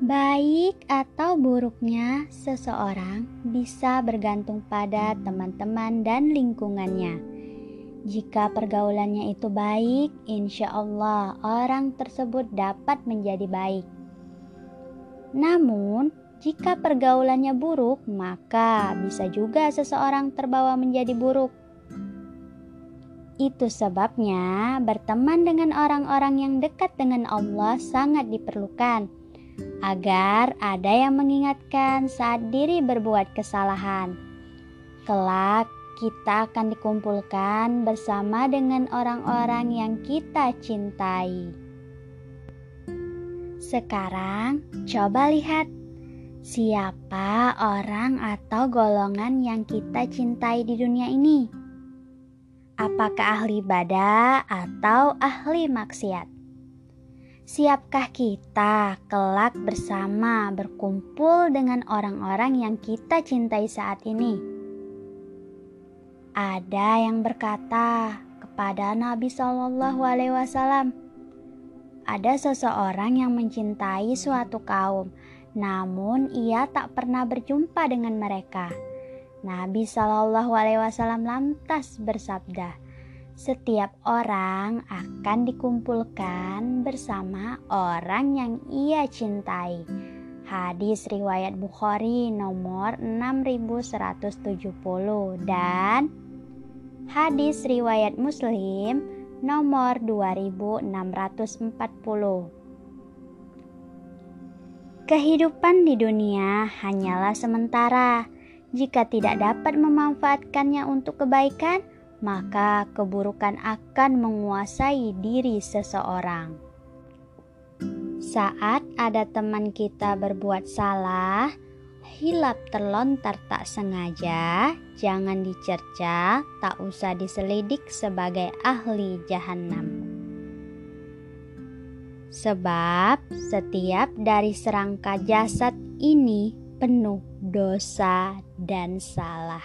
Baik atau buruknya seseorang bisa bergantung pada teman-teman dan lingkungannya. Jika pergaulannya itu baik, insya Allah orang tersebut dapat menjadi baik. Namun, jika pergaulannya buruk, maka bisa juga seseorang terbawa menjadi buruk. Itu sebabnya berteman dengan orang-orang yang dekat dengan Allah sangat diperlukan, agar ada yang mengingatkan saat diri berbuat kesalahan. Kelak kita akan dikumpulkan bersama dengan orang-orang yang kita cintai. Sekarang coba lihat, siapa orang atau golongan yang kita cintai di dunia ini? Apakah ahli ibadah atau ahli maksiat? Siapkah kita kelak bersama berkumpul dengan orang-orang yang kita cintai saat ini? Ada yang berkata kepada Nabi SAW, ada seseorang yang mencintai suatu kaum, namun ia tak pernah berjumpa dengan mereka. Nabi SAW lantas bersabda, setiap orang akan dikumpulkan bersama orang yang ia cintai. Hadis riwayat Bukhari nomor 6170 dan hadis riwayat Muslim nomor 2640. Kehidupan di dunia hanyalah sementara. Jika tidak dapat memanfaatkannya untuk kebaikan, maka keburukan akan menguasai diri seseorang. Saat ada teman kita berbuat salah, hilap terlontar tak sengaja, jangan dicerca, tak usah diselidik sebagai ahli jahanam. Sebab setiap dari serangka jasad ini penuh dosa dan salah.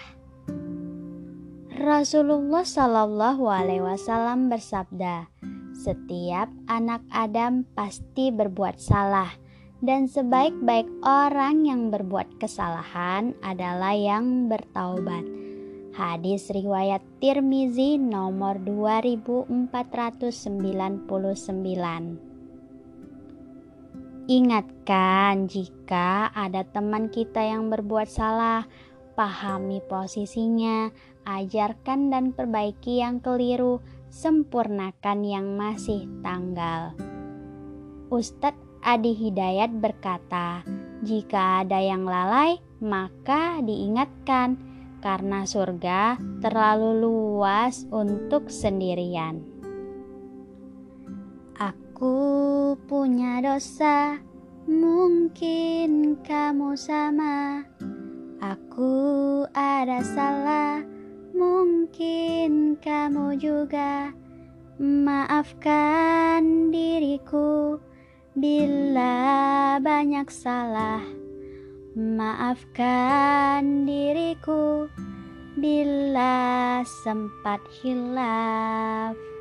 Rasulullah SAW bersabda, setiap anak Adam pasti berbuat salah, dan sebaik-baik orang yang berbuat kesalahan adalah yang bertaubat. Hadis riwayat Tirmizi nomor 2499. Ingatkan jika ada teman kita yang berbuat salah, pahami posisinya, ajarkan dan perbaiki yang keliru, sempurnakan yang masih tanggal. Ustadz Adi Hidayat berkata, jika ada yang lalai, maka diingatkan, karena surga terlalu luas untuk sendirian. Aku punya dosa, mungkin kamu sama. Aku ada salah, mungkin kamu juga. Maafkan diriku bila banyak salah. Maafkan diriku bila sempat hilaf.